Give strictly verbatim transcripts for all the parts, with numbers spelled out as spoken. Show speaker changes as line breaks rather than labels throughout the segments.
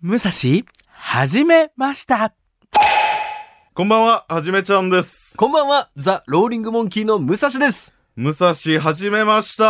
武蔵始めました。
こんばんは、はじめちゃんです。
こんばんは、ザ・ローリングモンキーの武蔵です。
武蔵始めました。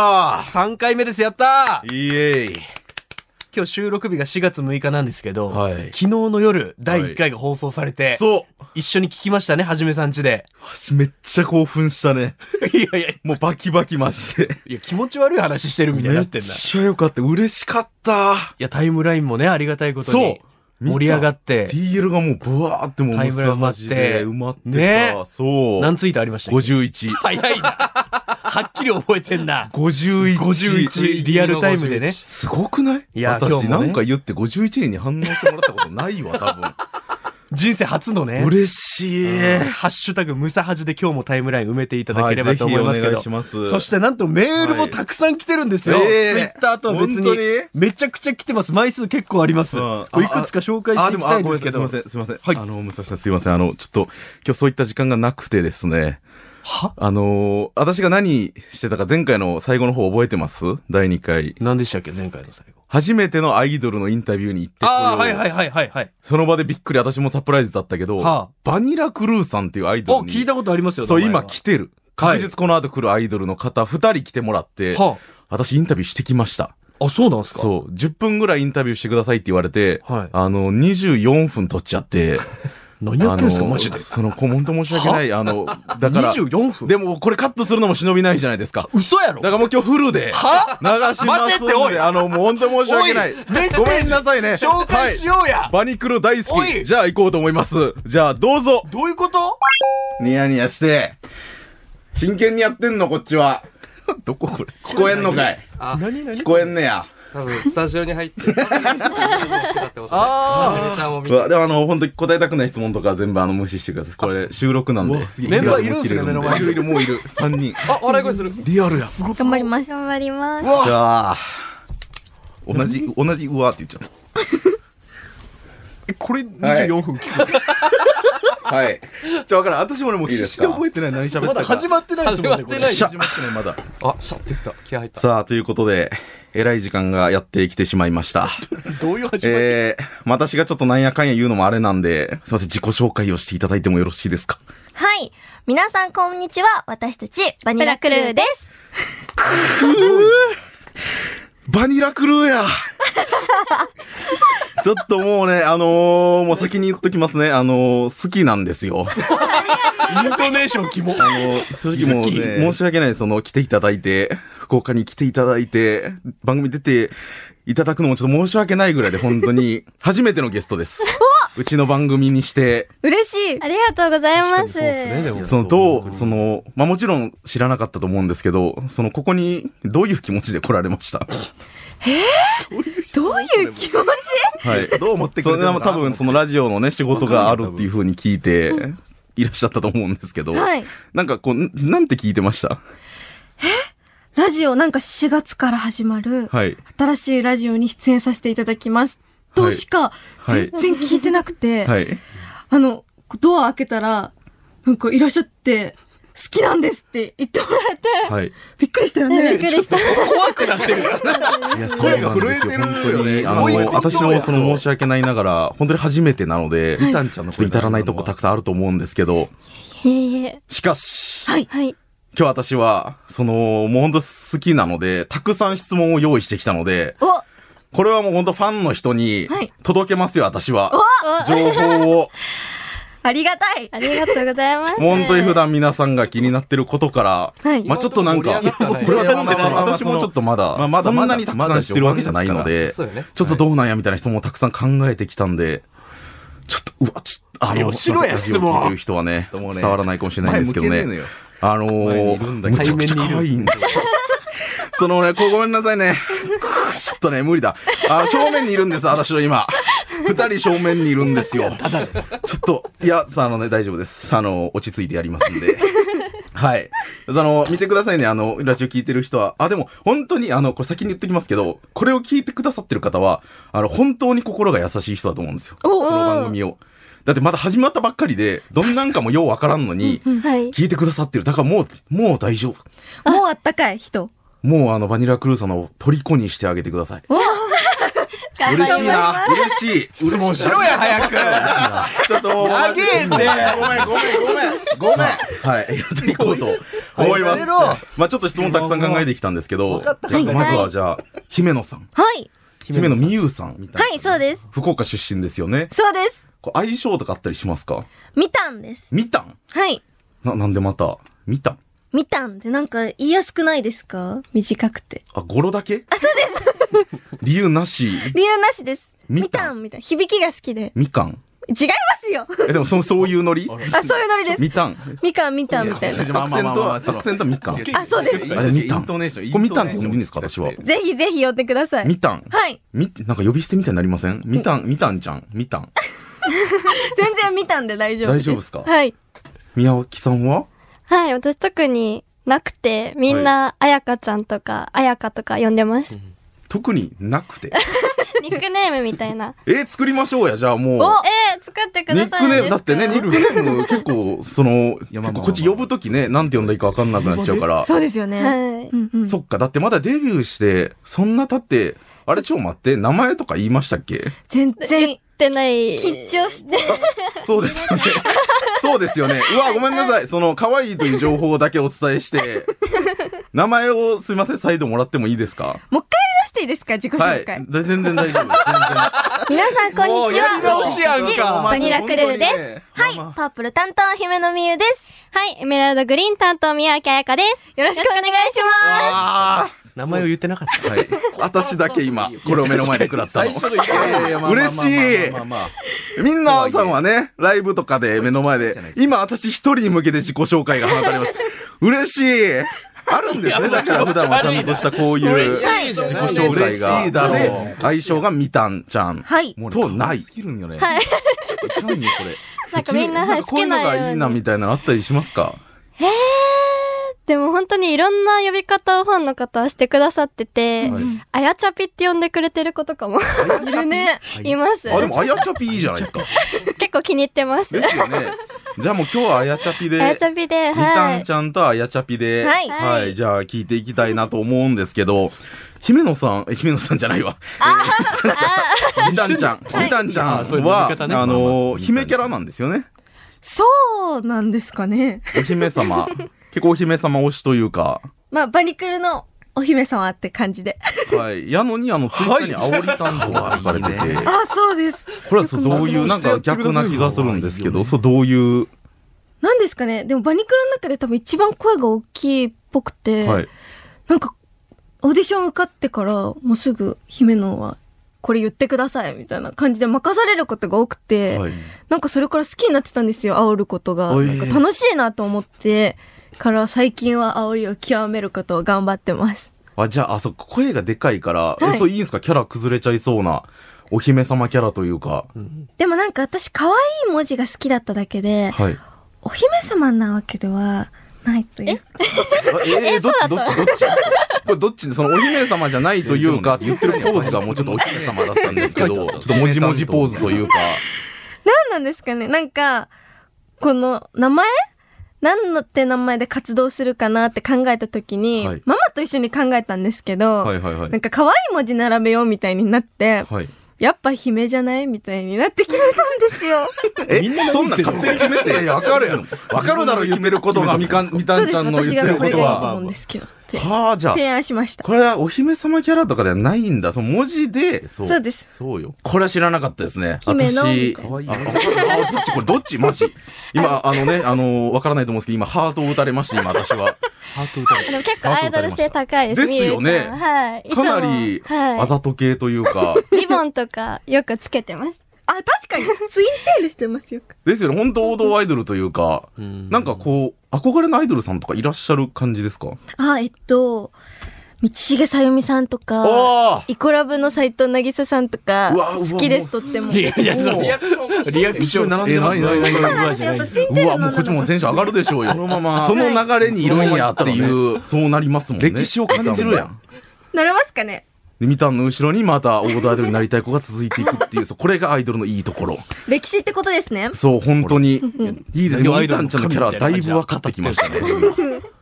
さんかいめです。やったー。
イエーイ。
今日収録日がしがつむいかなんですけど、
はい、
昨日の夜だいいっかいが放送されて、はい、
そう
一緒に聞きましたね、はじめさん家で。
めっちゃ興奮したね。
いやいや
もうバキバキマジで。
いや気持ち悪い話してるみたいになってんだ。
めっちゃよかった、嬉しかった。
いやタイムラインもね、ありがたいことに盛り上がって、
ティーエル がもうブワーってもう
タイムライン埋まって
埋まってた、
ね、
そう
何ツイートありましたっけ？
ごじゅういち。
早いな。はっきり覚えてんな。
ごじゅういち。
ごじゅういちリアルタイムでね。
すごくない？
いや
私
今日もね、
なんか言ってごじゅういちにんに反応してもらったことないわ多分。
人生初のね。
嬉しい。
ハッシュタグムサハジで今日もタイムライン埋めていただければと思いますけど、
はい、ぜひお願いします。
そしてなんとメールもたくさん来てるんですよ、はい、
えー、
ツイッターとは別にめちゃくちゃ来てます。枚数結構あります、うん、いくつか紹介していきたいんですけど。
すいませんすいません、はい、あの武蔵さんすいません、あのちょっと今日そういった時間がなくてですね。
は
あのー、私が何してたか前回の最後の方覚えてます？だいにかい
何でしたっけ？前回の最後
初めてのアイドルのインタビューに行ってこよう。
ああはいはいはいはいはい。
その場でびっくり、私もサプライズだったけど、はあ、バニラクルーさんっていうアイドルに、
聞いたことありますよ。
そう今来てる、確実この後来るアイドルの方ふたり来てもらって、はあ、私インタビューしてきました。
あ、そうなんですか？
そうじゅっぷんぐらいインタビューしてくださいって言われて、はい、あのにじゅうよんぷん取っちゃって
何やってんすかマジで。
そのコメント申し訳ない。あのだから
にじゅうよんふん
でもこれカットするのも忍びないじゃないですか。
嘘やろ。
だからもう今日フルで流しますんで、おいあのもう本当申し訳ない。ごめんなさいね。
紹介しようや、はい、
バニクル大好き。じゃあ行こうと思います。じゃあどうぞ。
どういうこと？
ニヤニヤして真剣にやってんのこっちは。どここれ聞こえんのかい？
あ、何何
聞こえんねや。
多分スタジオに入って
ああでもあの本当に答えたくない質問とか全部あの無視してください。これ収録なんで。
メンバーいるんですね、目の前
に。いるもういるさんにん。
あ、笑い声する。
リアルや。
頑張ります頑張ります。
じゃあ同じ同じうわって言っちゃった。
え、これにじゅうよんふん聞く。
はい。じゃあ分からん。私もねもう必死で覚えてない何喋ったか。
まだ始まってないですもんね。
始まってない。
始まってないまだ。
あ、シャって言った。気合入った。
さあということでえらい時間がやってきてしまいました。
どういう始まり？
えー、私がちょっとなんやかんや言うのもあれなんで、すいません自己紹介をしていただいてもよろしいですか？
はい。皆さんこんにちは。私たちバニラクルーです。
バニラクルーや。ちょっともうね、あのー、もう先に言っときますね。あのー、好きなんですよ。
イントネーションキモ。
あのー、正直もうね、申し訳ない。その、来ていただいて、福岡に来ていただいて、番組出ていただくのもちょっと申し訳ないぐらいで、本当に、初めてのゲストです。うちの番組にして。
嬉しい。ありがとうございます。そう
ですね。その、どう、その、まあもちろん知らなかったと思うんですけど、その、ここに、どういう気持ちで来られました？
えー、どういう気持ち？
はい。
どう思ってくれてるのかな。
多分そのラジオのね仕事があるっていう風に聞いていらっしゃったと思うんですけど、
はい、
なんかこうなんて聞いてました？
え？ラジオなんかしがつから始まる、はい、新しいラジオに出演させていただきますとしか全然聞いてなくて、はいはい、あのドア開けたらなんかいらっしゃって。好きなんですって言ってもらえて、はい、びっくりしたよね。 びっくりした。
怖くなってる。い
や、声が震えてるよね。あの、私もその申し訳ないながら、本当に初めてなので、リタンちゃんの至らないとこたくさんあると思うんですけど、しかし、
はい、はい、
今日私は、その、もう本当好きなので、たくさん質問を用意してきたので、
お
これはもう本当ファンの人に届けますよ、私は。
お
情報を。
ありがたい。ありがとうございます。
本当に普段皆さんが気になってることから、はい、まあちょっとなんか、これはまだ私もちょっとまだ、まあそんなにたくさんしてるわけじゃないので、ちょっとどうなんやみたいな人もたくさん考えてきたんで、ちょっと、うわ、ちょっと、あの、
しろや質問。
聞いてる人はね、伝わらないかもしれないんですけどね、あのー、むちゃくちゃ可愛いんですよ。そのね、こうごめんなさいね。ちょっとね、無理だ。あの、正面にいるんです、私の今。二人正面にいるんですよ。ちょっと、いや、さあのね、大丈夫です。あの、落ち着いてやりますんで。はい。あの、見てくださいね。あの、ラジオ聞いてる人は。あ、でも、本当に、あの、これ先に言ってきますけど、これを聞いてくださってる方は、あの、本当に心が優しい人だと思うんですよ。この番組を。だってまだ始まったばっかりで、どんなんかもようわからんのに、聞いてくださってる。だからもう、もう大丈夫。
もうあったかい人。
もうあの、バニラクルーさんの虜にしてあげてください。
あ
嬉しいな。嬉しい。
もうしろや早く。
ちょっともう
あげんで。
ごめんごめんごめんごめん。はい、やっていこうと思います。まあちょっと質問たくさん考えてきたんですけど、まずはじゃあ姫野さん。
はい。
姫野美優さんみたいな。
はい、そうです。
福岡出身ですよね。
そうです。
相性とかあったりしますか？
みたんです。
みたん？
はい。
な、なんでまたみたん？
みたんってなんか言いやすくないですか？短くて。
あ、語呂だけ？
あ、そうです。
理由なし？
理由なしです。
み
たんみたいな。響きが好きで。
みかん？
違いますよ。
え、でもそ、そういうノリ？
あ、そういうノリです。
みたん。
みかん、みたんみたいな。
アクセントは、アクセントはみかん。
あ、そうです。
あれ、みたん。これみたんって呼んでいいんですか、私は。
ぜひぜひ呼んでください。
みたん。
はい。
み、なんか呼び捨てみたいになりません？みたん、みたんちゃん。みたん。
全然みたんで大丈夫です。
大丈夫ですか？
はい。
宮脇さんは？
はい、私特になくて、みんな、あやかちゃんとか、あやかとか呼んでます。
特になくて。
ニックネームみたいな。
えー、作りましょうや、じゃあもう。
えー、作ってください。
ニックネーム、だってね、ニックネーム結構、その、こっち呼ぶときね、なんて呼んだらいいか分かんなくなっちゃうから。
そうですよね。
はい。
そっか、だってまだデビューして、そんな経って、あれちょっと待って、名前とか言いましたっけ？
全然。
言ってない。
緊張して。
そうですよね。そうですよね。うわ、ごめんなさい。その、可愛いという情報だけお伝えして、名前をすいません、再度もらってもいいですか？
もう一回やり直していいですか？自己紹介。
はい。全然大丈夫です。全然。
皆さん、こんにちは。
やり直しやんか。
バニラクルーです。
はい。パープル担当、姫野美優です。
はい。エメラルドグリーン担当、宮脇彩香です。
よろしくお願いします。
名前を言ってなかった。
はい。私だけ今、これを目の前で食らったの。嬉しい。みんなさんはね、ライブとかで目の前で、今私一人に向けて自己紹介が放たれました。嬉しい。あるんですね。だから普段はちゃんとしたこういう自己紹介が。だね。相性がみたんちゃん。
はい。
とない。
はい。
何これ。
なんかみんな好きなように。
こういうのがいいなみたいなのあったりしますか？
へー。でも本当にいろんな呼び方をファンの方はしてくださってて、はい、あやちゃぴって呼んでくれてる子とかもいるね。います。
あ、でもあやちゃぴいいじゃないですか。
結構気に入ってます。
ですよね。じゃあもう今日はあやちゃぴで、
あやちゃぴで、はい。
みたんちゃんとあやちゃぴで、
はい。
はい。じゃあ聞いていきたいなと思うんですけど、姫野さん、姫野さんじゃないわ。みたんちゃん。みたんちゃんは、あの、姫キャラなんですよね。
そうなんですかね。
お姫様。結構お姫様推しというか。
まあ、バニクルのお姫様って感じで。
はい。やのに、あの、ツイッターに煽り担当が書かれてて。
あ、そうです。
これはそうどういう、なんか逆な気がするんですけど、そうどういう。
なんですかね。でもバニクルの中で多分一番声が大きいっぽくて、はい、なんか、オーディション受かってから、もうすぐ姫野は、これ言ってくださいみたいな感じで任されることが多くて、はい、なんかそれから好きになってたんですよ、煽ることが。なんか楽しいなと思って、から最近は煽りを極めることを頑張ってます。
あ、じゃあ、あそこ声がでかいから、はい、え、そういいんですか？キャラ崩れちゃいそうなお姫様キャラというか。うん、
でもなんか私可愛い文字が好きだっただけで、はい、お姫様なわけではないというか。
え、えー、どっちどっちどっちこれどっちで、そのお姫様じゃないというかって言ってるポーズがもうちょっとお姫様だったんですけど、ちょっともじもじポーズというか。
何なんですかね？なんか、この名前何のって名前で活動するかなって考えたときに、はい、ママと一緒に考えたんですけど、はいはいはい、なんか可愛い文字並べようみたいになって、はい、やっぱ姫じゃないみたいになって決めたんですよ。
え、みんなそんな勝手に決めて、わかるやろ。わかるだろ、言ってることが、みかん、みたんちゃんの言ってることは。
と思うんですけど。
はあ、じゃあ。
提案しました。
これはお姫様キャラとかではないんだ。その文字で。
そう、そうです。
そうよ。これは知らなかったですね。
姫の。
私。かわいい。あ、どっちこれどっちマジ。今、あのね、あの、わからないと思うんですけど、今、ハートを打たれました、今、私は。ハート打たれ
でも結構アイドル性高いです。
ですよね。
はい。
かなり、あざと系というか。
リボンとかよくつけてます。
あ、確かにツインテールしてますよ。
ですよね。本当王道アイドルというか、なんかこう憧れのアイドルさんとかいらっしゃる感じですか？
あ、えっと道重さゆみさんとか、イコラブの斉藤渚さんとか好きです。とっても。
いやいや、リアクションリアクション並んでます。
うわ、もうこっちもテンション上がるでしょうよ。そのままその流れにいるんやっていう、そうなりますもんね。歴史を感じるやん。
なれますかね。
みたんの後ろにまたオーダーアイドルになりたい子が続いていくっていう、これがアイドルのいいところ。
歴史ってことですね。
そう、本当にいいですね。みたんちゃんのキャラだいぶ分かってきましたね。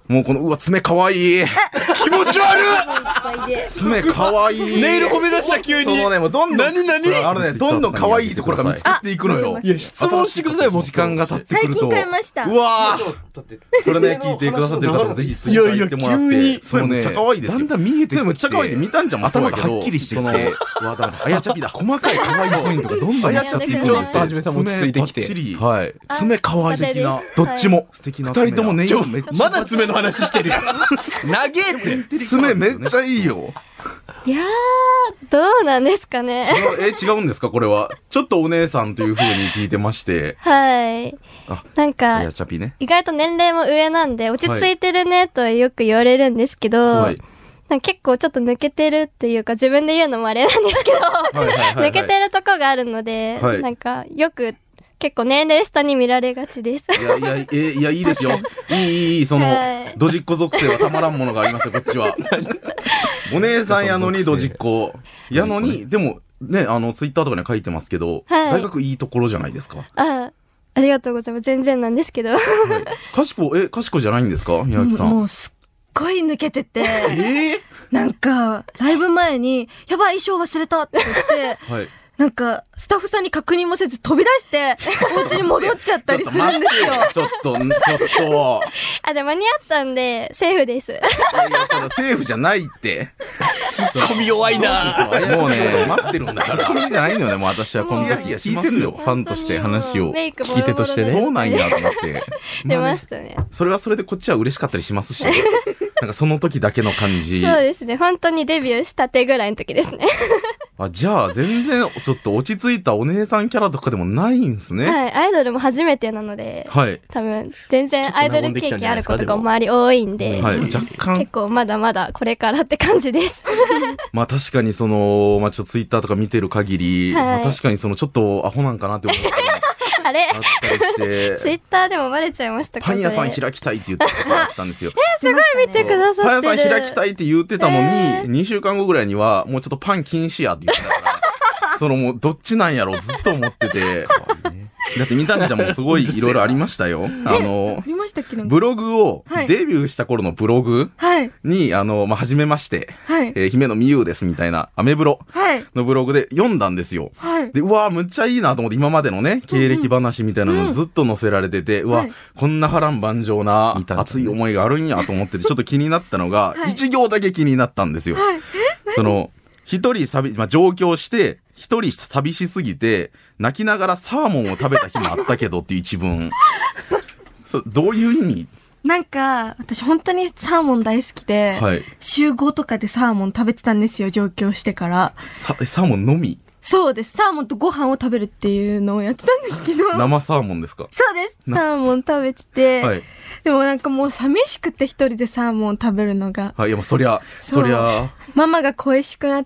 もうこの、うわ、爪かわいい。
気持ち悪
い。
爪かわいい。
ネイル褒め出した急に。
そのね、もうどんどん。
何何
あのね、どんどん可愛いところから見つけていくのよ。
いや、質問してください、もう。
時間が経ってくると。
最近買いました。
うわー。これね、聞いてくださってる方もぜひツイッター行ってもらって。いやいや、急に。それめっちゃ可愛いですよ。だんだん見えてめっちゃ可愛いって見たんじゃん、頭がはっきりしてきて。うわ、だめだ。あやちゃぴだ。細かい可愛いポイントがどんどんあやちゃぴってちょっとはじめさんも落ち着いてきて。はい。爪可愛い的な。どっちも。素敵な。二人ともネイルめっちゃ。まだ爪の話してるやん。長えって。爪めっちゃいいよ。
いやー、どうなんですかね。
え、違うんですかこれは。ちょっとお姉さんという風に聞いてまして。
はい。なんか、
ね、
意外と年齢も上なんで、落ち着いてるねとはよく言われるんですけど、はい、なんか結構ちょっと抜けてるっていうか、自分で言うのもあれなんですけど、抜けてるとこがあるので、はい、なんかよく、結構年齢下に見られがちです。
いやいや、え、いや、いいですよ。いい、いい、いい、その、はい、ドジっ子属性はたまらんものがありますよ、こっちは。お姉さんやのにドジっ子。やのに、でも、ね、あの、ツイッターとかに書いてますけど、はい、大学いいところじゃないですか。
あ、ありがとうございます。全然なんですけど。はい、
かしこ、え、かしこじゃないんですか宮城さん。
もう、すっごい抜けてて。
えー、
なんか、ライブ前に、やばい、衣装忘れたって言って、はい、なんか、スタッフさんに確認もせず飛び出して、お家に戻っちゃったりするんですよ。
ちょっと、ちょっと。
あ、でも間に合ったんで、セーフです。いやい
や、そのセーフじゃないって。
ツッコミ弱いな
もうね、待ってるんだから。ツッコミじゃないんだよね、もう私はこの時聞いてるよ。ファンとして話を。
聞き手としてね。
そうなんやと思って。
出ましたね。
それはそれでこっちは嬉しかったりしますし。なんかその時だけの感じ。
そうですね。本当にデビューしたてぐらいの時ですね。
あ、じゃあ全然ちょっと落ち着いたお姉さんキャラとかでもないんですね。
はい。アイドルも初めてなので、はい。多分全然アイドル経験あることが周り多いんで、
はい。若干
結構まだまだこれからって感じです。
まあ確かにその、まあちょっとツイッターとか見てる限り、はい、まあ確かにそのちょっとアホなんかなって思って。
あれあったりして。ツイッターでもバレちゃいましたか？
パン屋さん開きたいって言ってたことあったんですよ。
えー、すごい見てくださってる。
パン屋さん開きたいって言ってたのに、えー、にしゅうかんごぐらいには、もうちょっとパン禁止やって言ってたから、そのもうどっちなんやろずっと思ってて。だってみたんちゃんもすごいいろいろありましたよ。あの、ブログを、デビューした頃のブログに、あの、まあ、初めまして、はい、えー、姫野美優ですみたいな、アメブロのブログで読んだんですよ。はい、で、うわーむっちゃいいなと思って、今までのね、経歴話みたいなのずっと載せられてて、うん、うわ、はい、こんな波乱万丈な熱い思いがあるんやと思ってて、ちょっと気になったのが、はい、一行だけ気になったんですよ。はい、その、一人寂、まあ、上京して、一人寂しすぎて、泣きながらサーモンを食べた日もあったけどっていう一文。そどういう意味？
なんか、私本当にサーモン大好きで、はい、週ごとかでサーモン食べてたんですよ、上京してから。
サ、サーモンのみ？
そうです。サーモンとご飯を食べるっていうのをやってたんですけど。
生サーモンですか？
そうです。サーモン食べてて。はい。でもなんかもう寂しくて一人でサーモン食べるのが。
はい。いやもうそりゃ、そりゃ。
ママが恋しくなって、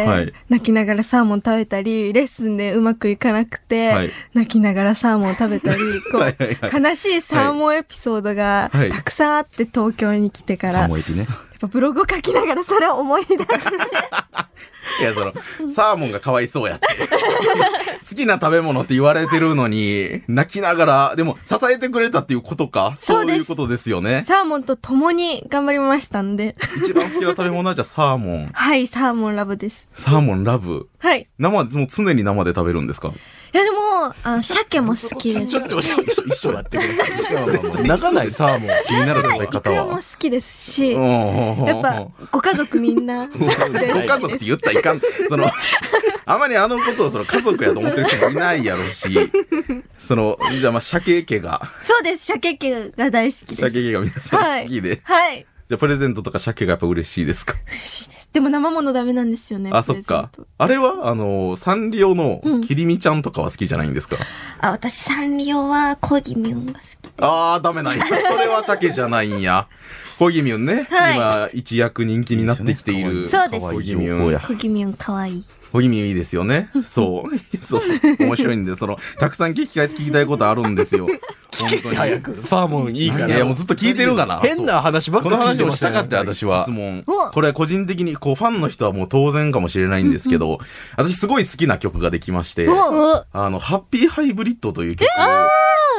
はい、泣きながらサーモン食べたり、レッスンでうまくいかなくて、はい、泣きながらサーモン食べたり、こう、はいはいはい、悲しいサーモンエピソードがたくさんあって東京に来てから。サーモンエピね。やっぱブログを書きながらそれを思い出すね。
いや、その、サーモンがかわいそうやって。好きな食べ物って言われてるのに、泣きながら、でも支えてくれたっていうことか。そういうことですよね。
サーモンと共に頑張りましたんで。
一番好きな食べ物はじゃあサーモン。
はい、サーモンラブです。
サーモンラブ。
はい。
生、もう常に生で食べるんですか？
いやでも、あの、鮭も好きです。
ちょっと一緒だってくれ。泣かないサーモン。気になる食べ方は。
イクラも好きですし、やっぱ、ご家族みんな。ご
家族って言ったらいかん。その、あまりあのことをその家族やと思ってる人もいないやろし、その、じゃあまあ、鮭家が。
そうです、鮭家が大好きです。
鮭家が皆さん好きで。
はい。はい、
じゃあプレゼントとか鮭がやっぱ嬉しいですか？
嬉しいです。でも生ものダメなんですよね。
あ、そっか。あれはあのサンリオのキリミちゃんとかは好きじゃないんですか？
うん、あ、私サンリオはコギミュンが好きで。
あー、ダメない。それは鮭じゃないんや。コギミュンね。はい、今一躍人気になってきている。
そうです。
コギミュン。
コギミュンかわいい。
コギミュンいいですよね。そう。そう。面白いんで、その、たくさん聞き、聞きたいことあるんですよ。本当に。
早く。サーモンいいから。
いや、もうずっと聞いてるかな。
変な話ばっかり聞いてましたね。
この話をしたかった私は。質問。これ個人的に、こう、ファンの人はもう当然かもしれないんですけど、私すごい好きな曲ができまして、あの、ハッピーハイブリッドという曲を、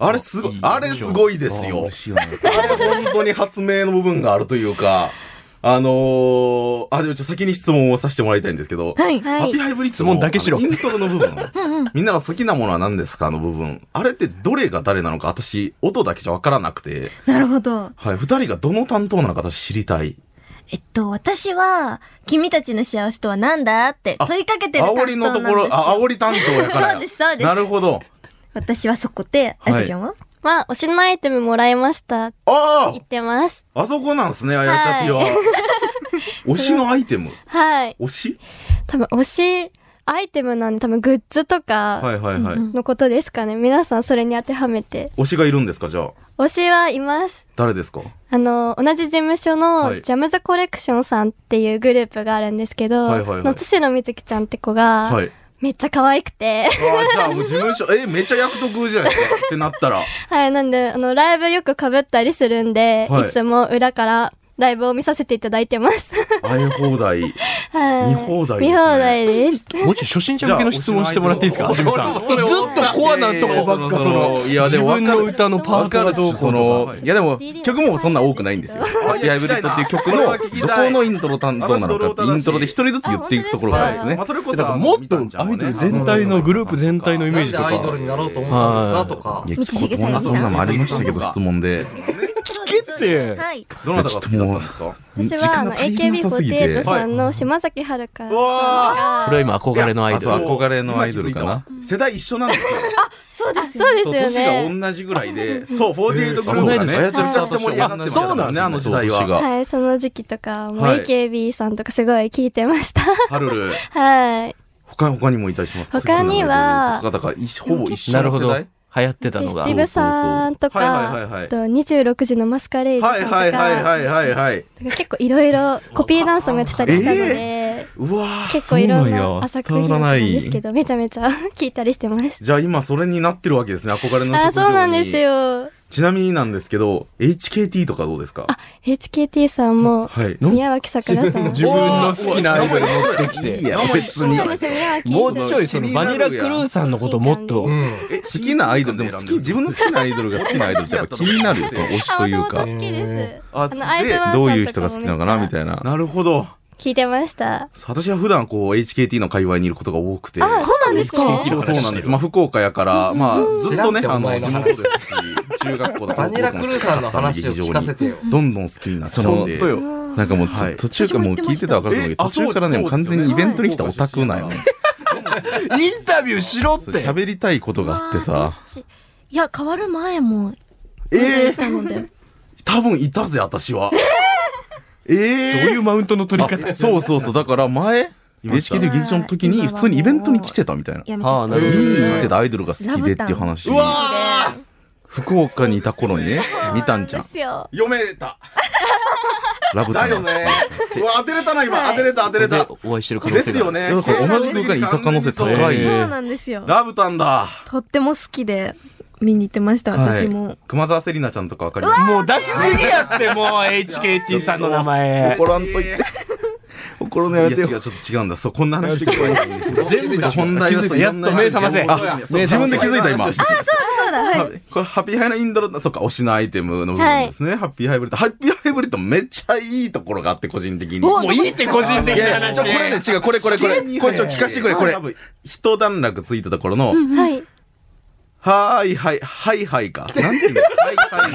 あれすごい、あれすごいですよ。あれ本当に発明の部分があるというか、あのー、あ、でもちょっと先に質問をさせてもらいたいんですけど、
はい。
ハッピーハイブリッド
質問だけしろ。
イントロの部分。みんなの好きなものは何ですかの部分。あれってどれが誰なのか私、音だけじゃわからなくて。
なるほど。
はい。二人がどの担当なのか私知りたい。
えっと、私は、君たちの幸せとは何だって問いかけてる担当なんですよ。
煽りのところ、あ、煽り担当やから。
そうです、そうです。
なるほど。
私はそこで、あやかちゃんは
まあ、推しのアイテムもらいました。
ああ
言ってます。
あそこなんすね、あやちゃぴは。推しのアイテム
はい。
推し
多分、推し、アイテムなんで多分グッズとかのことですかね。皆さんそれに当てはめて。
推しがいるんですかじゃあ。
推しはいます。
誰ですか？
あの、同じ事務所のジャムズコレクションさんっていうグループがあるんですけど、はいはいはい、の津代美月ちゃんって子が、はい、めっちゃ可愛くて。
ああ、じゃあもう事務所、え、めっちゃ役得じゃないですかってなったら。
はい、なんで、あの、ライブよく被ったりするんで、はい、いつも裏からライブを見させていただいてます。
会い放題。
はい。
見放題です、ね。
見放題です。
もうちょい初心者向けの質問してもらっていいですか？はじめさん。ずっとコアなとこばっか、その、いや、でも自分の歌のパートがどうこうとか。
いや、でも、曲もそんな多くないんですよ。ハッピーハイブリッドっていう曲の、どこのイントロ担当なのかって、イントロで一人ずつ言っていくところがあるんですね。
それこそ、だからもっとアイドル全体のグループ全体のイメージとか。
アイドルになろうと思ったんですかとか。
いや、聞こうとそんなのありましたけど、質問で。
聞けって。
はい。
どなたが好きだったんですか？
私はあの エーケービーフォーティーエイト さんの島崎遥香さんが、
これは今憧れのアイドル。
憧れのアイドルかな。世代一緒なんですよ。
あ、そうです
そうですよね。
年が同じぐらいで、そう、フォーティーエイトグループがね、めちゃくちゃ盛り上がってましたもんね、あの時代は。
はい、その時期とかも エーケービー さんとかすごい聞いてました。
ハルル。
はい。
他他にもいたりしますか？
他には、
ほぼ一緒の世代。
流行ってたのが。
フェスティブさんとか、あとにじゅうろくじのマスカレイドさんとか、
はいはいはいはいはい。
結構いろいろコピーダンスもやってたりしたので、結構いろんな浅く広がるんですけど、めちゃめちゃ聞いたりしてます。
じゃあ今それになってるわけですね、憧れの職業に。
あ、そうなんですよ。
ちなみになんですけど、エイチケーティー とかどうですか？
あ、エイチケーティー さんも、宮脇さくらさん。
自分の好きなアイドル持ってきて。
いや、別に。
もうちょいそのバニラクルーさんのこともっと。
え、好きなアイドルでも好き、自分の好きなアイドルが好きなアイドルってやっぱ気になるよ、その推しというか。
好きです。
あ、で、どういう人が好きなのかなみたいな。なるほど。
聞いてました。
私は普段こう エイチケーティー の界隈にいることが多くて。
あ、そうなんですか？
そうなんです。まあ福岡やから、まあずっとね、あの、地元ですし、中学校だから。
バニラクルーさんの話を聞かせてよ。
どんどん好きになっちゃうんで。なんかもう途中からもう聞いてたら分かるけど、途中からね、もう完全にイベントに来たオタクなんよ。イ
ンタビューしろって。
喋りたいことがあってさ。
いや、変わる前も。
ええ。多分いたぜ、私は。ええ
ー、どういうマウントの取り方？
そうそうそう。だから前、エイチケーティー 劇場の時に普通にイベントに来てたみたいな。
ああ、なる
ほど。見に行ってたアイドルが好きでっていう話。うわー！福岡にいた頃にね、見たんじゃん。読めた。ラブだよね。うわ、当てれたな、今。当てれた、当てれた。
お会いしてる可能性
ですよね。同じ空間にいた可能性高い。
そうなんですよ。
ラブタンだ。
とっても好きで。見に行ってました、私も。
熊沢セリナちゃんとかわかります？
もう出しすぎやって、もう エイチケーティー さんの名前。
怒らんといて。怒るのやめてよ。いや違う、ちょっと違うんだ。そう、こんな話できないんですよ。全部本題は
やっと目覚ませ。
自分で気づいた今。
あ、そうだそうだ。はい。
これハッピーハイのインドロ、そっか、推しのアイテムの部分ですね。ハッピーハイブリッド。ハッピーハイブリッドめっちゃいいところがあって、個人的に。
もういいって個人的な話。
これね、違う、これこれこれ。これちょっと聞かせてくれ、これ。一段落ついてた頃の。
はい。
はーいはい、はいはいか。なんていうの？はいはい。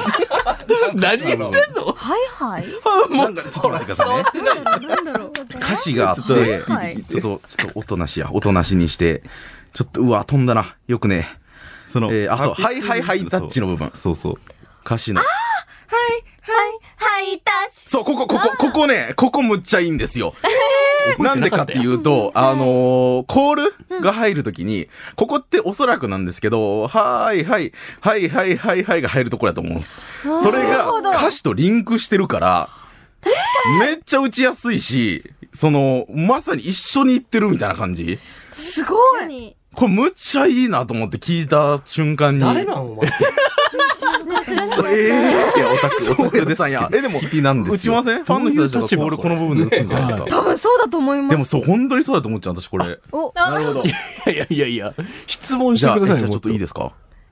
何言ってんの？
はいはい。
なんか、ちょっと待ってくださいね。
なんだろう。
歌詞があって、ちょっと、ちょっと、おとなしや、おとなしにして、ちょっと、うわ、飛んだな。よくね。その、えー、あ、そう、はいはいはいタッチの部分。そうそう。歌詞の。
あー、はいはいはいタッチ。
そう、ここ、ここ、ここね、ここむっちゃいいんですよ。なんでかっていうと、あのー、コールが入るときに、ここっておそらくなんですけど、はーいはい、はいはいはいはいが入るところだと思うんです。それが歌詞とリンクしてるから、めっちゃ打ちやすいし、その、まさに一緒にいってるみたいな感じ。
すごい。
これむっちゃいいなと思って聞いた瞬間に。
誰なんお前。
ええー、いや、オタク、オタクですんや。え、でも、打ちません？ファンの人たちがコールこの部分で打つんじゃないですか。
多分そうだと思います。
でもそう、本当にそうだと思っちゃう、私これ。
お、
なるほど。いやいやいやいや、質問してください。
じゃあちょっといいですか？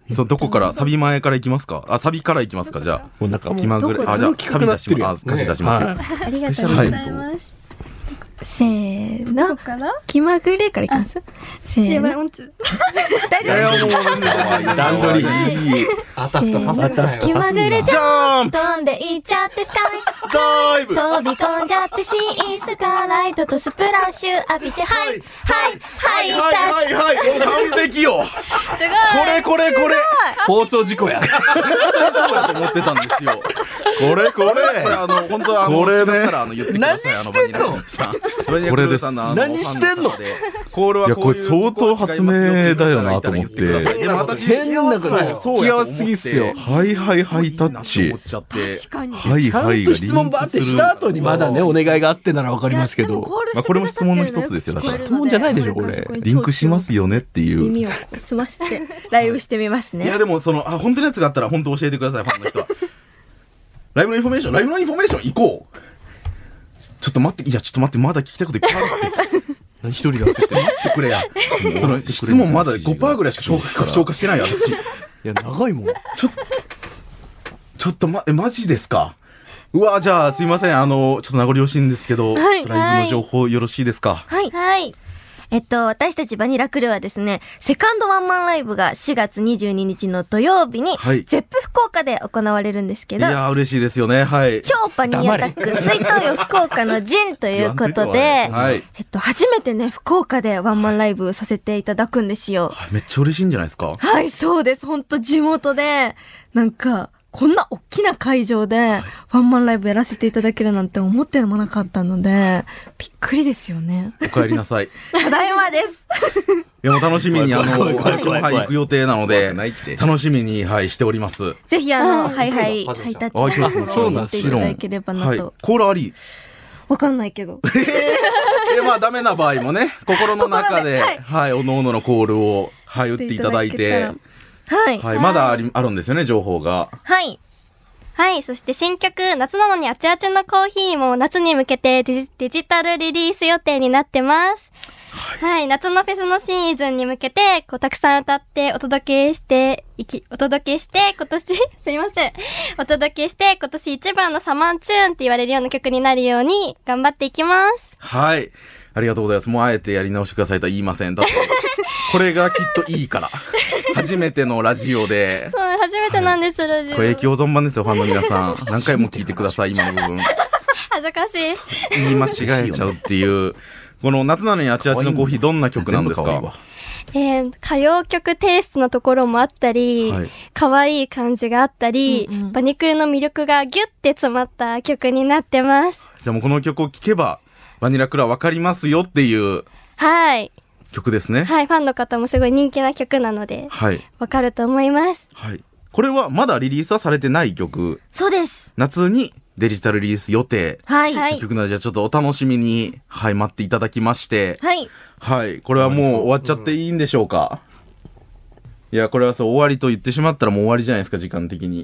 そう、どこから、サビ前からいきますか？あ、サビからいきますか？じゃあ。
もうなんか、
気まぐれ。あ、じゃあ、サビ出します。あ、歌詞出しますよ。
ありがとうございます。
せーの。気まぐれからいきます。せーの。大丈夫？
段取りいい。
あたふたさせた。
気まぐれジャンプ飛んでいっちゃってスカイ
ダイブ
飛び込んじゃってシースカーライトとスプラッシュ浴びてはいはいはい
はいはいはい完璧よ。
すごい。
これこれこれ
放送事故や。
そうだと思ってたんですよ。これこれこれあの本当はこれね言ってください。
何してんの？
これです。
何してんの？
これはこれ相当発明だよなと思って。
でも私変なこと気合わすぎっすよ。
はいはいはいタッチ。
確かに。
はいはい
が質問バーってした後にまだねお願いがあってならわかりますけど。
まあこれも質問の一つですよ。
質問じゃないでしょこれ。
リンクしますよねっていう。
耳を澄ませてライブしてみますね。
いやでもそのあ本当のやつがあったら本当教えてくださいファンの人は。ライブのインフォメーションライブのインフォメーション行こう。ちょっと待っていやちょっと待ってまだ聞きたいこといっぱいあるって。
何一人で待って
待ってくれや。その質問まだ ごパーセント ぐらいしか消化消化してないよ私。い
や長いもん。
ちょちょっとまえマジですか。うわじゃあすいませんあのちょっと名残惜しいんですけど、はい、ちょっとライブの情報よろしいですか。
はいはい。えっと、私たちバニラクルーはですね、セカンドワンマンライブがしがつにじゅうににちの土曜日に、はい、ゼップ福岡で行われるんですけど、
いやー嬉しいですよね。はい。
超パニーアタック、水筒よ福岡のジンということで、はい、えっと、初めてね、福岡でワンマンライブさせていただくんですよ。
はい、めっちゃ嬉しいんじゃないですか。
はい、そうです。ほんと地元で、なんか、こんな大きな会場でワンマンライブやらせていただけるなんて思ってもなかったのでびっくりですよね。
お帰りなさい。
ただいまです。
いやもう楽しみにあの私もはい行く予定なので楽しみにはいしております。
ぜひあのはいはいハイタッチしていっていただければなと。
コーラあり？
わかんないけど。
えまあダメな場合もね心の中ではいおのおののコールをはい打っていただいて。はい、はい、まだありあるんですよね情報が。
はいはい。そして新曲夏なのにあちあちのコーヒーも夏に向けてデジ、デジタルリリース予定になってます。はい、はい。夏のフェスのシーズンに向けてこうたくさん歌ってお届けしていきお届けして今年すいませんお届けして今年一番のサマーチューンって言われるような曲になるように頑張っていきます。
はい。ありがとうございます。もうあえてやり直してくださいとは言いません。だってこれがきっといいから。初めてのラジオで。
そう、初めてなんです、はい、ラジオ。
これ影響存分ですよ、ファンの皆さん。何回も聞いてください、今の部分。
恥ずかしい。
言い間違えちゃうっていう。この夏なのにあちあちのコーヒー、どんな曲なんですか？
えー、歌謡曲テイストのところもあったり、はい、可愛い感じがあったり、うんうん、バニクルの魅力がギュッて詰まった曲になってます。
じゃあもうこの曲を聴けば、バニラクラわかりますよっていう。
はい。
曲ですね。
はい、ファンの方もすごい人気な曲なので、はい、わかると思います。
はい。これはまだリリースはされてない曲。
そうです。
夏にデジタルリリース予定。はい。曲なのでじゃあちょっとお楽しみに、はい、待っていただきまして。はい。はい。これはもう終わっちゃっていいんでしょうか？いや、これはそう終わりと言ってしまったらもう終わりじゃないですか、時間的に。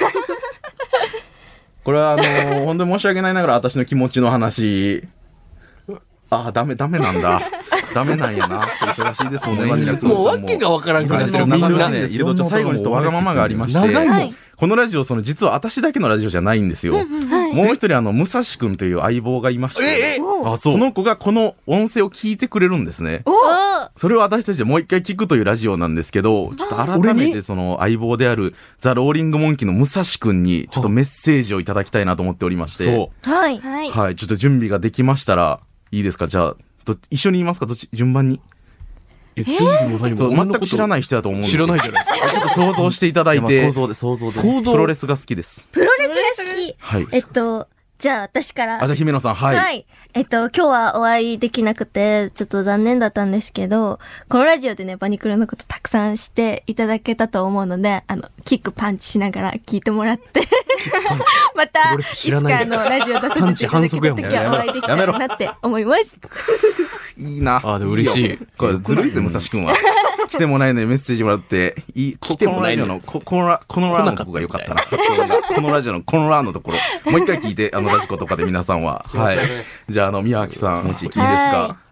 これはあのー、本当に申し訳ないながら私の気持ちの話。あ、ダメ、ダメなんだ。ダメなんやな。忙しいですもんね、バニラクルーさんも。
もう訳がわからんくなっちゃう。
みんなね、けど最後にちょっとわがままがありまして、はい、このラジオ、その実は私だけのラジオじゃないんですよ。うんうんはい、もう一人あの、武蔵くんという相棒がいまして、えー、あそうその子がこの音声を聞いてくれるんですね。それを私たちでもう一回聞くというラジオなんですけど、ちょっと改めてその相棒であるザ・ローリング・モンキーの武蔵くんにちょっとメッセージをいただきたいなと思っておりまして、そうはい。はい。ちょっと準備ができましたら、いいですか？じゃあ、ど一緒に言いますか？どっち順番に。えー、そう全く知らない人だと思うんですよ。
知らないじゃないですか。
ちょっと想像していただいて。
想像で想像で。
想像。プロレスが好きです。
プロレスが好き。はい。えっとじゃあ私から。
あじゃあ姫野さんはい。
はい。えっと今日はお会いできなくてちょっと残念だったんですけど、このラジオでねバニクルのことたくさんしていただけたと思うので、あのキックパンチしながら聞いてもらって。またいつかあのラジオ出させていただけた時はお会いできたらなって思います。
いいな。
あでも嬉しい。
これずるいぜ武蔵くんは。来てもないのにメッセージもらっていい。来てもないのここのラこのラのとこが良かったな。このラジオのこのラのところもう一回聞いてあのラジコとかで皆さんははい。じゃああの宮脇さんもちいいですか。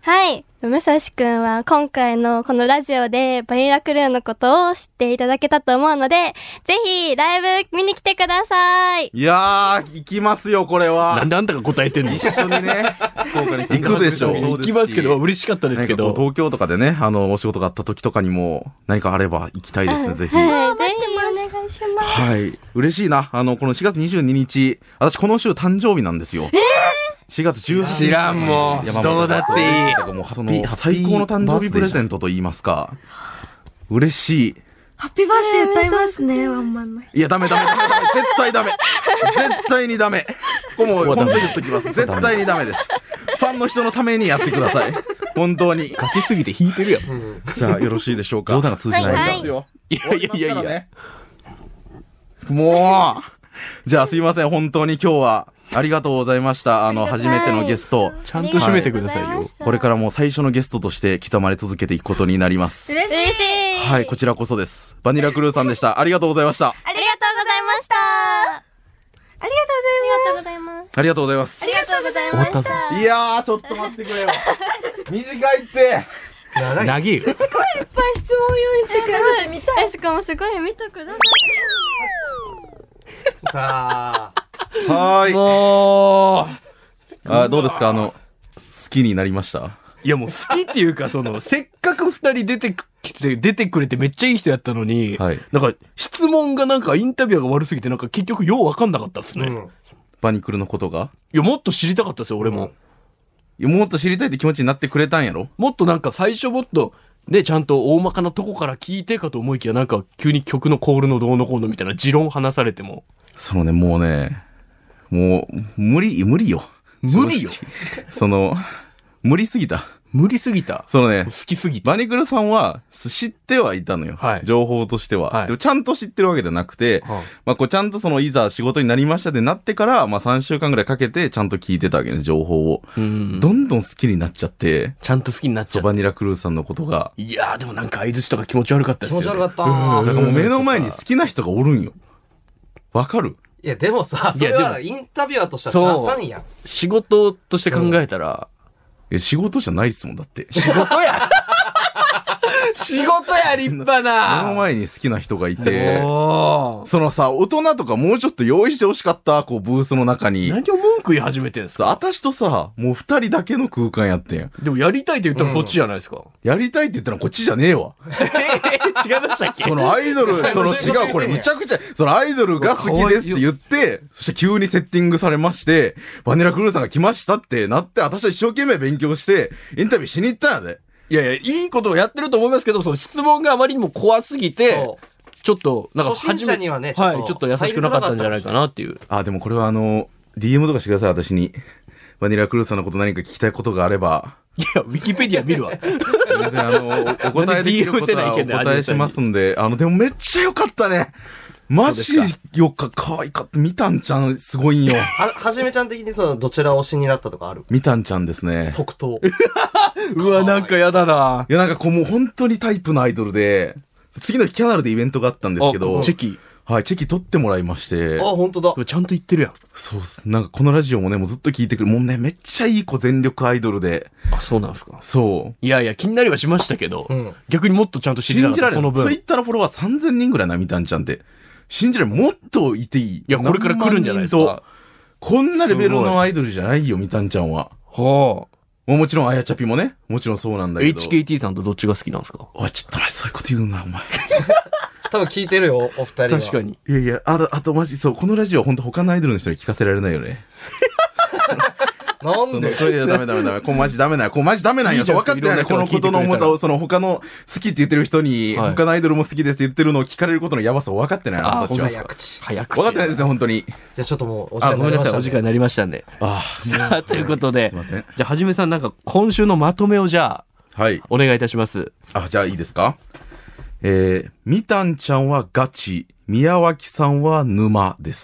はい。武蔵くんは今回のこのラジオでバニラクルーのことを知っていただけたと思うので、ぜひライブ見に来てください。
いやー、行きますよ、これは。
なんであんたが答えてんの？
一緒にね、福岡に行くでしょう。
行きますけど、嬉しかったですけど。
東京とかでね、あの、お仕事があった時とかにも、何かあれば行きたいですね、ぜひ。
はい、ぜひお願いします。
はい。嬉しいな。あの、このしがつにじゅうににち、私この週誕生日なんですよ。
えー
しがつじゅうはちにち。
知らんもん。どうだっていい。
だからもうその最高の誕生日プレゼントと言いますか。嬉しい。
ハッピーバースデー歌いますね、ワンマンの。
いや、ダメダメダメダメ。絶対ダメ。絶対にダメ。これもう本当に言っときます。絶対にダメです。ファンの人のためにやってください。本当に。
勝ちすぎて引いてるやん。
じゃあよろしいでしょうか。冗談が通じないですよ。
いやいやいやいや。
もう。じゃあすいません。本当に今日は。ありがとうございました。あの、初めてのゲスト。
ちゃんと締めてくださいよ。
これからも最初のゲストとして刻まれ続けていくことになります。
嬉しい。
はい、こちらこそです。バニラクルーさんでした。ありがとうございました。
ありがとうございました。
ありがとうございます。
ありがとうございます。
ありがとうございます。
ありがとうございました。
いやー、ちょっと待ってくれよ。短いって。
長い。いっぱい質問
用意してくれてみたい。
しかもすごい見てください。
さあ。
はーい。
もう
あ、どうですか、あの、好きになりました？
いやもう好きっていうか、その、せっかく二人出てきて、出てくれてめっちゃいい人やったのに、
はい、
なんか質問がなんかインタビューが悪すぎて、なんか結局ようわかんなかったっすね。うん、
バニクルのことが？
いや、もっと知りたかったですよ、俺も。
うん、もっと知りたいって気持ちになってくれたんやろ？
もっとなんか最初もっと、で、ちゃんと大まかなとこから聞いてかと思いきや、なんか急に曲のコールのどうのこうのみたいな持論話されても。
そのね、もうね、もう、無理、無理よ。
無理よ。
その、無理すぎた。
無理すぎた。
そのね、
好きすぎた。
バニクルさんは知ってはいたのよ。はい、情報としては、はい。でもちゃんと知ってるわけじゃなくて、はい、まあこうちゃんとそのいざ仕事になりましたってなってから、まあさんしゅうかんぐらいかけてちゃんと聞いてたわけね、情報を。うん、どんどん好きになっちゃって。
ちゃんと好きになっちゃって。
バニラクルーさんのことが。
いやーでもなんか相槌とか気持ち悪かったですよね。
気持ち悪かったー。
うん、だからもう目の前に好きな人がおるんよ。わかる？
いやでもさ、それはインタビュアーとしてはダサいやん。
仕事として考えたら、
うん、仕事じゃないっすもんだって。
仕事や仕事や立派な。
目の前に好きな人がいて、そのさ、大人とかもうちょっと用意してほしかった、こうブースの中に。
何を文句言い始めてんすか？
私とさ、もう二人だけの空間やってん。
でもやりたいって言ったらそっちじゃないですか。うん、
やりたいって言ったらこっちじゃねえわ。
違いましたっけ？
そのアイドル、その違う、これむちゃくちゃ、そのアイドルが好きですって言って、そして急にセッティングされまして、バニラクルーさんが来ましたってなって、私は一生懸命勉強して、インタビューしに行ったんやで。
いやいや、いいことをやってると思いますけど、その質問があまりにも怖すぎて、ちょっと、なんか
初心者にはね、
はい、ちょっと優しくなかったんじゃないかなっていう。
あ、でもこれはあの、ディーエム とかしてください、私に。バニラクルーさんのこと何か聞きたいことがあれば。
いや、ウィキペディア見るわ。
全然あの、お答えできることはお答えしますんで、あの、でもめっちゃ良かったね。マジよか、可愛かった。みたんちゃん、すごいんよ。
は、はじめちゃん的にその、どちら推しになったとかある？
みたんちゃんですね。
即答。
うわ、なんかやだな。
いや、なんかこうもう本当にタイプのアイドルで、次の日キャナルでイベントがあったんですけど、
チェキ。
はい、チェキ取ってもらいまして。
あ、本当だ。
ちゃんと言ってるやん。
そうっす。なんかこのラジオもね、もうずっと聞いてくる。もうね、めっちゃいい子全力アイドルで。
あ、そうなんですか。
そう。
いやいや、気になりはしましたけど、うん、逆にもっとちゃんと知りたかった。
信じられない。ツイッターのフォロワーさんぜんにんぐらいな、みたんちゃんって。信じられない。もっといていい。
いや、これから来るんじゃないですか。
こんなレベルのアイドルじゃないよ、みたんちゃんは。
はあ。
も, もちろん、あやちゃぴもね。もちろんそうなんだけど。
エイチケーティー さんとどっちが好きなんですか？
おい、ちょっと前そういうこと言うな、お前。
多分聞いてるよ、お二人は。
確かに。
いやいや、あと、あとマジ、そう、このラジオは本当他のアイドルの人に聞かせられないよね。
なんで？
これダメダメダメ。こうマジダメなんや。こうマジダメなんや。分かってない。このことの重さを、その他の好きって言ってる人に、はい、他のアイドルも好きですって言ってるのを聞かれることのやばさを分かってないな、私は。
早口。
早口。
分かってないですね、本当に。
じゃあちょっともう、お時間になりました、ね。
あ、ごめんなさい、お時間になりましたんで。
あ
あ。さあ、ということで、すいません。じゃあ、はじめさん、なんか今週のまとめをじゃあ、はい。お願いいたします。
あ、じゃあいいですか？えー、みたんちゃんはガチ、宮脇さんは沼です。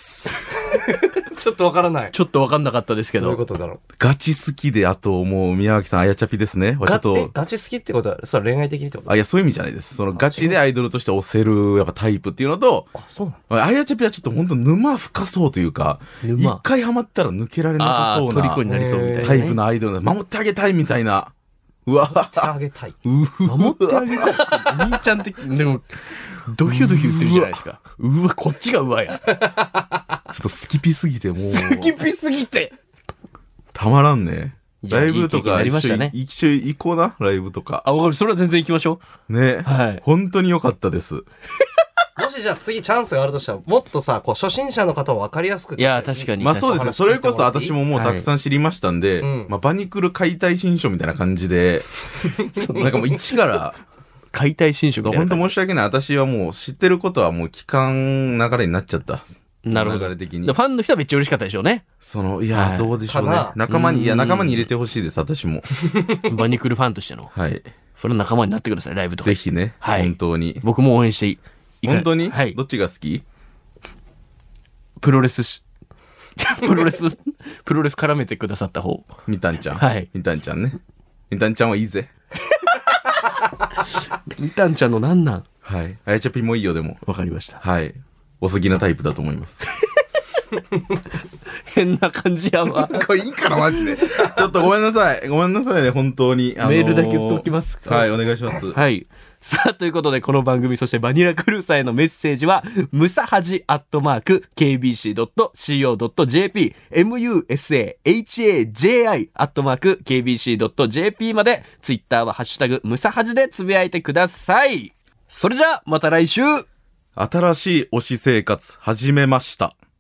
ちょっとわからない。
ちょっとわかんなかったですけど。
どういうことだろう。
ガチ好きで、あともう宮脇さんあやちゃぴですね。
ガちょっとガチ好きってことは、それは恋愛的にってこと？
あ、いや、そういう意味じゃないです。そのガチでアイドルとして推せるやっぱタイプっていうのと、
あ、そうな
の？あやちゃぴはちょっと本当沼深そうというか、一回ハマったら抜けられなさそうな
虜になりそうみたいな、
タイプのアイドル、守ってあげたいみたいな。 うわ
守ってあげたい。
守ってあげたい。お兄ちゃん的、でも、ドキュドキュ言ってるじゃないですか。うわ、こっちがうわや。
ちょっとスキピすぎてもう。
スキピすぎて。
たまらんね。ライブとか
いい
一緒に、ね、一緒に行こうな、ライブとか。
あ、わかる。それは全然行きましょ
う。ね。はい。本当に良かったです。
もしじゃあ次チャンスがあるとしたら、もっとさ、こう初心者の方も分かりやすくて。
いや、確かに。
まあそうですね。それこそ私ももうたくさん知りましたんで、はい、まあバニクル解体新書みたいな感じで、なんかもう一から、
解体新書みたいな。
本当申し訳ない。私はもう知ってることはもう期間流れになっちゃった。
なるほど。
流れ的に。
ファンの人はめっちゃ嬉しかったでしょうね。
その、いや、はい、どうでしょうね。仲間に、いや、仲間に入れてほしいです、私も。
バニクルファンとしての。
はい。
それ仲間になってください、ライブとか。
ぜひね。はい。本当に。
僕も応援していい。
本当に
はい。
どっちが好き？
プロレスし、プロレス、プロレス絡めてくださった方。
みたんちゃん。
はい。
みたんちゃんね。みたんちゃんはいいぜ。
みたんちゃんのなんなん？
はい。あやちゃぴもいいよ、でも。
わかりました。
はい。お好きなタイプだと思います。
変な感じやわ。
これいいかな、マジで。ちょっとごめんなさい。ごめんなさいね、本当に。
あのー、メールだけ言っておきます。
はい、お願いします。
はい。さあ、ということで、この番組、そしてバニラクルーさんへのメッセージは、ムサハジアットマーク、ケービーシードットシーオードットジェーピー、エムユーエスエーエイチエージェーアイ アットマーク、ケービーシードットジェーピー まで、ツイッターはハッシュタグ、ムサハジでつぶやいてください。それじゃあ、また来週。
新しい推し生活、始めました。